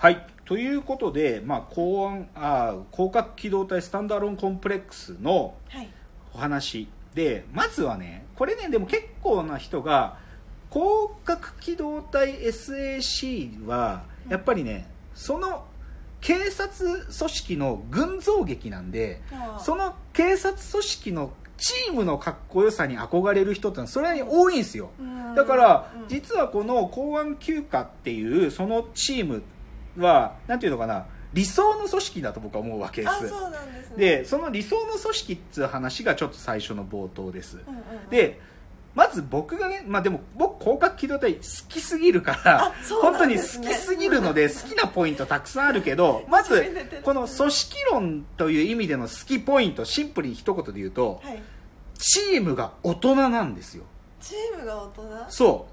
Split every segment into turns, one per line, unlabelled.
はい、ということで、広角機動隊スタンダーロンコンプレックスのお話で、まずはね、これね、でも結構な人が広角機動隊 SAC はやっぱりね、その警察組織の群像劇なんで、その警察組織のチームのかっこよさに憧れる人ってのはそれなりに多いんですよ。だから実はこの公安休暇っていうそのチームはなんていうのかな、理想の組織だと僕は思うわけです。
そうなんですね。
でその理想の組織っていう話がちょっと最初の冒頭です。でまず僕がね、でも僕広角機動隊好きすぎるから本当に好きすぎるので好きなポイントたくさんあるけど、まずこの組織論という意味での好きポイント、シンプルに一言で言うと、チームが大人なんですよ。
チームが大人？
そう。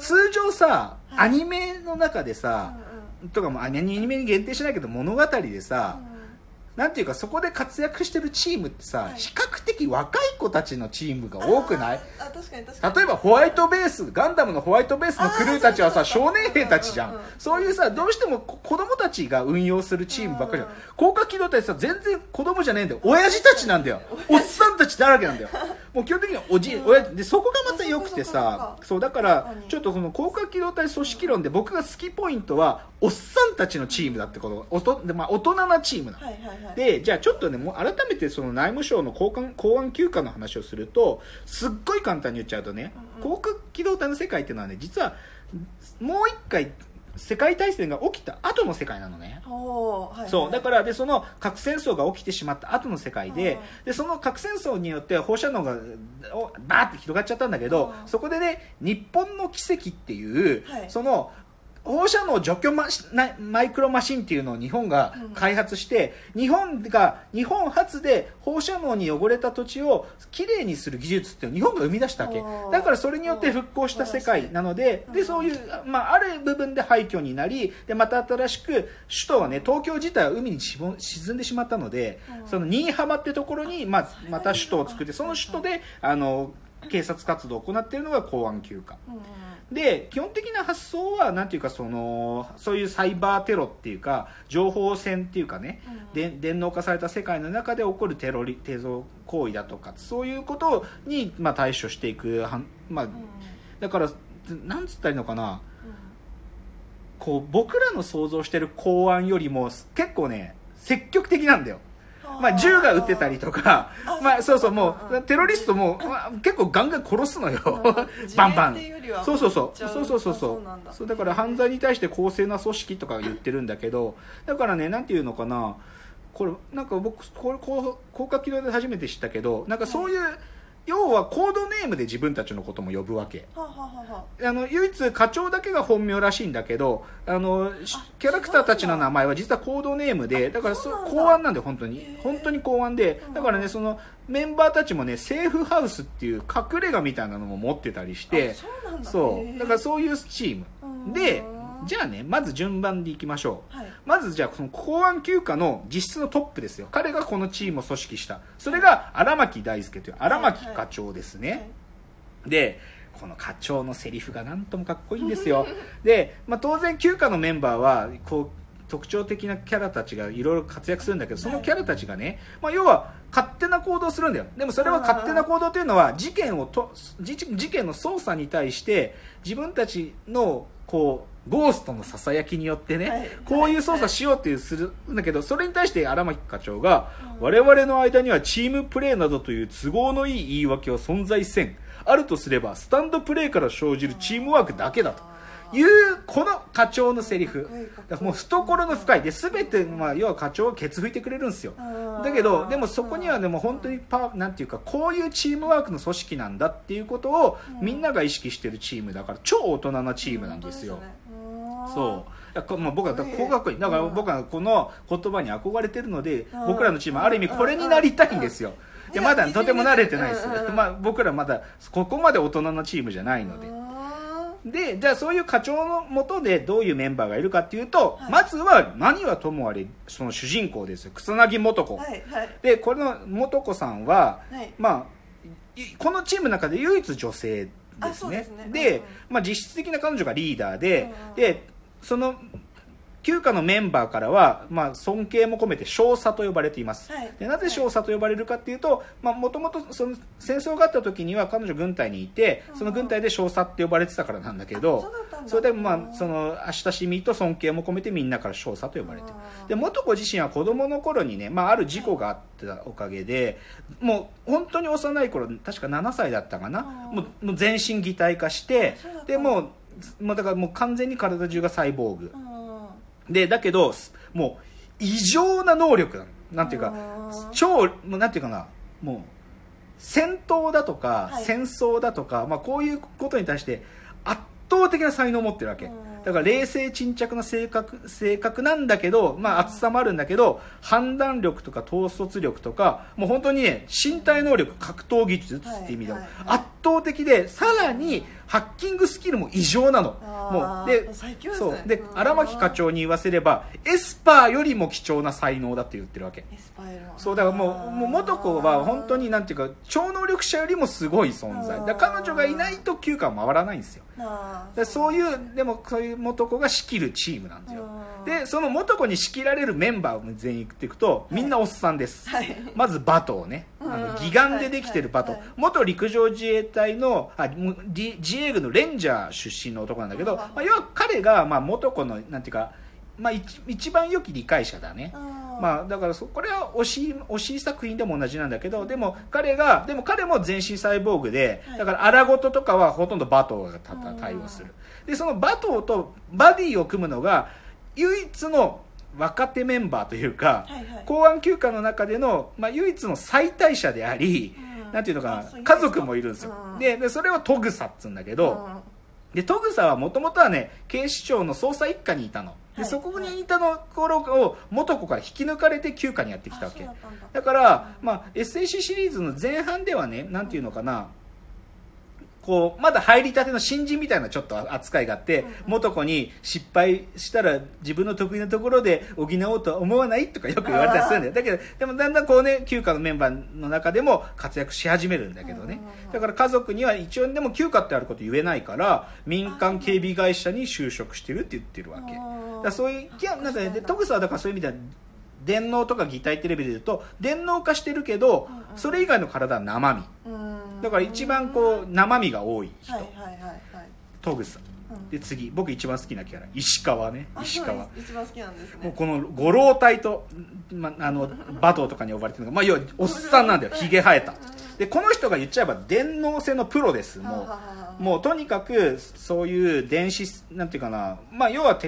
通常さ、アニメの中でさ、とかもアニメに限定しないけど物語でさ、なんていうかそこで活躍してるチームってさ、比較的若い子たちのチームが多くない？
確かに確かに。
例えばホワイトベース、ガンダムのホワイトベースのクルーたちはさ、少年兵たちじゃん。そういうさ、どうしても子供たちが運用するチームばっかりじゃん。広角機動隊さ、全然子供じゃねえんだよ。親父たちなんだよ。おっさんたちだらけなんだよ。もう基本的には親で、そこがまた良くてさ、そうだからちょっとこの広角機動隊組織論で僕が好きポイントはおっさんたちのチームだってこと。大人なチームな。で、じゃあちょっとね、もう改めてその内務省の公安休暇の話をすると、すっごい簡単に言っちゃうとね、広角機動隊の世界っていうのはね、実はもう一回世界大戦が起きた後の世界なのね。そうだからでその核戦争が起きてしまった後の世界で、その核戦争によって放射能がバーって広がっちゃったんだけど、そこでね、日本の奇跡っていう、その放射能除去マイクロマシンっていうのを日本が開発して、日本初で放射能に汚れた土地をきれいにする技術っていうのを日本が生み出したわけだから、それによって復興した世界なので、そういう、ある部分で廃墟になり、でまた新しく首都はね、東京自体は海に沈んでしまったので、その新居浜ってところにまた首都を作って、その首都で警察活動を行っているのが公安休暇で、基本的な発想はなんていうか、そういうサイバーテロっていうか情報戦っていうかね、電脳化された世界の中で起こるテロ行為だとか、そういうことに対処していく、だからなんつったらいいのかな、こう僕らの想像してる公安よりも結構ね積極的なんだよ。銃が撃ってたりとか、そうもうテロリストも、結構ガンガン殺すのよ。バンバン。そうだから犯罪に対して公正な組織とか言ってるんだけど、だからね、なんていうのかな、これなんか僕広角機動で初めて知ったけど、なんかそういう、要はコードネームで自分たちのことも呼ぶわけ。唯一課長だけが本名らしいんだけど、キャラクターたちの名前は実はコードネームで、だから公安なんで、本当に公安で、だからね、そのメンバーたちもね、セーフハウスっていう隠れ家みたいなのも持ってたりして、だからそういうチームで、じゃあね、まず順番でいきましょう。まずじゃあその公安休暇の実質のトップですよ。彼がこのチームを組織した。それが荒牧大輔という荒牧課長ですね。で、この課長のセリフがなんともかっこいいんですよ。で、当然休暇のメンバーはこう特徴的なキャラたちがいろいろ活躍するんだけど、そのキャラたちがね、要は勝手な行動をするんだよ。でもそれは勝手な行動というのは事件の捜査に対して自分たちのこうゴーストのささやきによってね、こういう操作しようってするんだけど、それに対して荒牧課長が、我々の間にはチームプレーなどという都合のいい言い訳は存在せん。あるとすればスタンドプレーから生じるチームワークだけだという、この課長のセリフ、もう懐の深いで、全て要は課長はケツ拭いてくれるんですよ。だけどでもそこにはでも本当になんていうか、こういうチームワークの組織なんだっていうことをみんなが意識してるチームだから、超大人なチームなんですよ。僕はこうかっこいい。だから僕はこの言葉に憧れてるので、僕らのチームはある意味これになりたいんですよ。でまだとても慣れてないです。僕らまだここまで大人なチームじゃないので。じゃあそういう課長の下でどういうメンバーがいるかっていうと、まずは何はともあれその主人公ですよ、草薙素子。でこの素子さんは、このチームの中で唯一女性ですね。で、実質的な彼女がリーダーで、その旧家のメンバーからは、まあ、尊敬も込めて少佐と呼ばれています、
はい、
でなぜ少佐と呼ばれるかっていうともともと戦争があった時には彼女軍隊にいてその軍隊で少佐って呼ばれてたからなんだけど、それでまあその親しみと尊敬も込めてみんなから少佐と呼ばれてる。で元子自身は子供の頃にね、まあ、ある事故があったおかげでもう本当に幼い頃確か7歳だったかな、もう全身擬態化してでもうだからもう完全に体中がサイボーグで、だけどもう異常な能力なの、なんていうかなんていうかな、もう戦闘だとか戦争だとか、まあ、こういうことに対して圧倒的な才能を持ってるわけだから冷静沈着な性格なんだけど、まあ、厚さもあるんだけど判断力とか統率力とかもう本当にね身体能力格闘技術っていう意味でも圧倒的で、さらにハッキングスキルも異常なの。もうでそうで荒牧課長に言わせればエスパーよりも貴重な才能だって言ってるわけ。そうだからもう元子は本当になんていうか超能力者よりもすごい存在だから、彼女がいないと旧家は回らないんですよ。そういう元子が仕切るチームなんですよ。でその元子に仕切られるメンバーを全員言っていくとみんなおっさんです、はい、まず馬頭ね、義眼でできてる馬頭、元陸上自衛隊の自衛軍のレンジャー出身の男なんだけど、まあ、要は彼がまあ元子のなんていうか、まあ、一番良き理解者だね。まあ、だからこれは惜しい作品でも同じなんだけど、でも彼も全身サイボーグで、だから荒事とかはほとんど馬頭が対応する。でその馬頭とバディを組むのが唯一の若手メンバーというか、公安休暇の中での、まあ、唯一の最大者であり、なんていうのかな、家族もいるんですよ。でそれはトグサっつうんだけど、でトグサはもともとはね警視庁の捜査一課にいたので、そこにいたの頃を元子から引き抜かれて休暇にやってきたわけだから、まあ、SAC シリーズの前半ではねなんていうのかな、こうまだ入りたての新人みたいなちょっと扱いがあって、元子に失敗したら自分の得意なところで補おうとは思わないとかよく言われたりするんだよ。だけどでもだんだんこうね休暇のメンバーの中でも活躍し始めるんだけどね、だから家族には一応でも休暇ってあること言えないから民間警備会社に就職してるって言ってるわけだから、そういうなんかねトグサはだからそういう意味では電脳とか擬態テレビで言うと電脳化してるけど、それ以外の体は生身だから一番こう生身が多い人、トグサで次僕一番好きなキャラ石川ね。石川
一番好きなんですね。
もうこの五老体と、馬頭とかに呼ばれてるのが、まあ、要はおっさんなんだよ、ひげ生えた。でこの人が言っちゃえば電脳性のプロです。もうとにかくそういう電子なんていうかな、まあ要は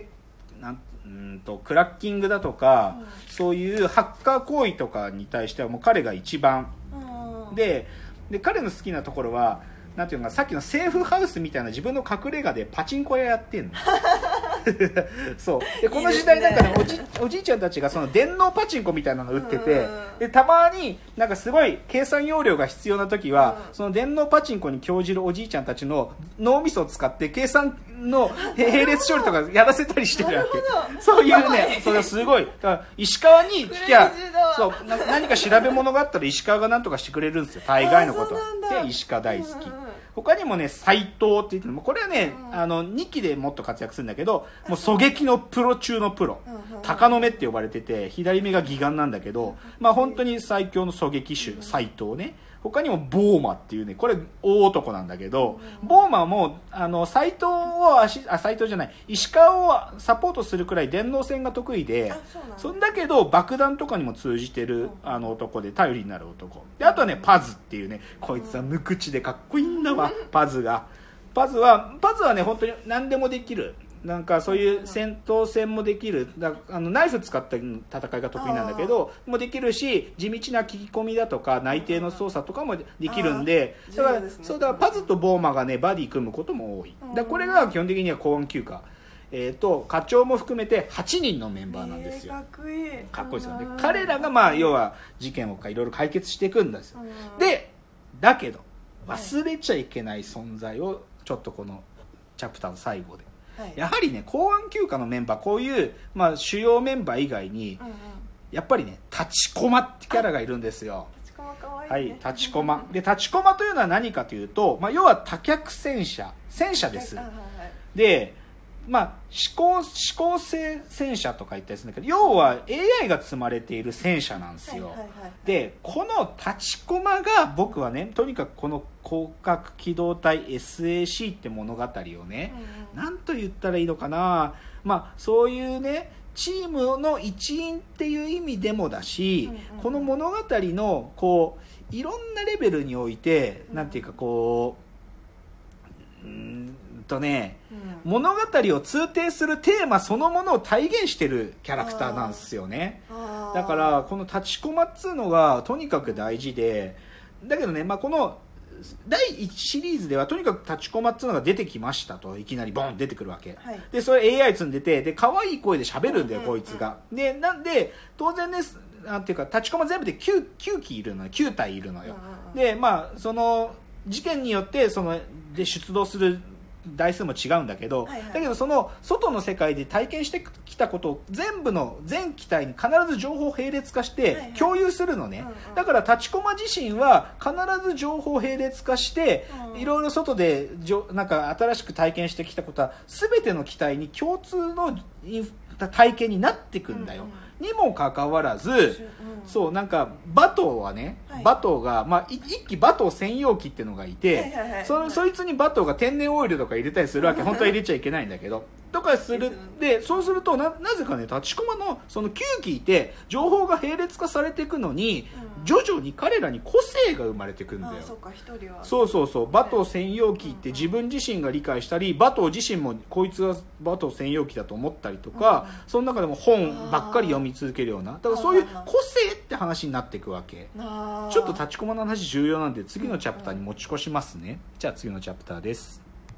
クラッキングだとか、そういうハッカー行為とかに対してはもう彼が一番で彼の好きなところはなんていうのか、さっきのセーフハウスみたいな自分の隠れ家でパチンコ屋やってんのそうでこの時代なんかねおじいちゃんたちがその電脳パチンコみたいなの売ってて、でたまになんかすごい計算容量が必要な時は、その電脳パチンコに興じるおじいちゃんたちの脳みそを使って計算の並列処理とかやらせたりしてるわけそういうね、それはすごいだから石川に聞きゃそう何か調べ物があったら石川が何とかしてくれるんですよ、大概のことで。石川大好き。他にもね斎藤って言ってもこれはね、2期でもっと活躍するんだけど、もう狙撃のプロ中のプロ、鷹の目って呼ばれてて左目が義眼なんだけど、まあ本当に最強の狙撃手斎藤ね。他にもボーマっていうね、これ大男なんだけど、ボーマも斎藤じゃない石川をサポートするくらい電脳戦が得意で、そんだけど爆弾とかにも通じてる男で頼りになる男で、あとはねパズっていうね、こいつは無口でかっこいいんだわ。パズはね本当に何でもできる。なんかそういう戦闘戦もできる、ナイフ使った戦いが得意なんだけどもできるし、地道な聞き込みだとか内偵の捜査とかもできるんで、だからパズとボーマがねバディ組むことも多い。だこれが基本的には公安休暇課長も含めて8人のメンバーなんですよ。かっこいいですよね。彼らがまあ要は事件をいろいろ解決していくんですよ。でだけど忘れちゃいけない存在をちょっとこのチャプターの最後で、やはりね公安休暇のメンバー、こういう、まあ、主要メンバー以外に、やっぱりね立ちコマってキャラがいるんですよ。立ちコマで、立ちコマというのは何かというと、まあ、要は多脚戦車です。でまあ、思考性戦車とか言ったりするんだけど、要は AI が積まれている戦車なんですよ。
はいはいはい、
で、この立ちコマが僕はね、とにかくこの広角機動隊 SAC って物語をね、なんと言ったらいいのかな、まあ、そういうね、チームの一員っていう意味でもだし、この物語のこういろんなレベルにおいて、なんていうかこう物語を通底するテーマそのものを体現してるキャラクターなんですよね。だからこの立ちコマっつうのがとにかく大事で、だけどね、まあ、この第1シリーズではとにかく立ちコマっつうのが出てきましたと、いきなりボン出てくるわけ、はい、でそれ AI 積んでて、で可愛い声で喋るんだよ、こいつが。でなんで当然ね、なんていうか立ちコマ全部で 9機いるのよ、9体いるのよ。でまあその事件によってで出動する台数も違うんだけど、だけどその外の世界で体験してきたことを全機体に必ず情報を並列化して共有するのね。だから立ちコマ自身は必ず情報を並列化していろいろ外でなんか新しく体験してきたことは全ての機体に共通の体験になってくんだよ、にもかかわらず、そうなんかバトーはね、バトーが、まあ、一機バトー専用機っていうのがいて、そいつにバトーが天然オイルとか入れたりするわけ。本当は入れちゃいけないんだけどとかする。でそうするとなぜかね、立ちコマのその9機いて情報が並列化されていくのに、徐々に彼らに個性が生まれてくんだよ。そうバトー専用機って自分自身が理解したり、バトー自身もこいつはバトー専用機だと思ったりとか、その中でも本ばっかり読み続けるような、だからそういう個性って話になっていくわけ。ちょっと立ちコマの話重要なんで次のチャプターに持ち越しますね。じゃあ次のチャプターです。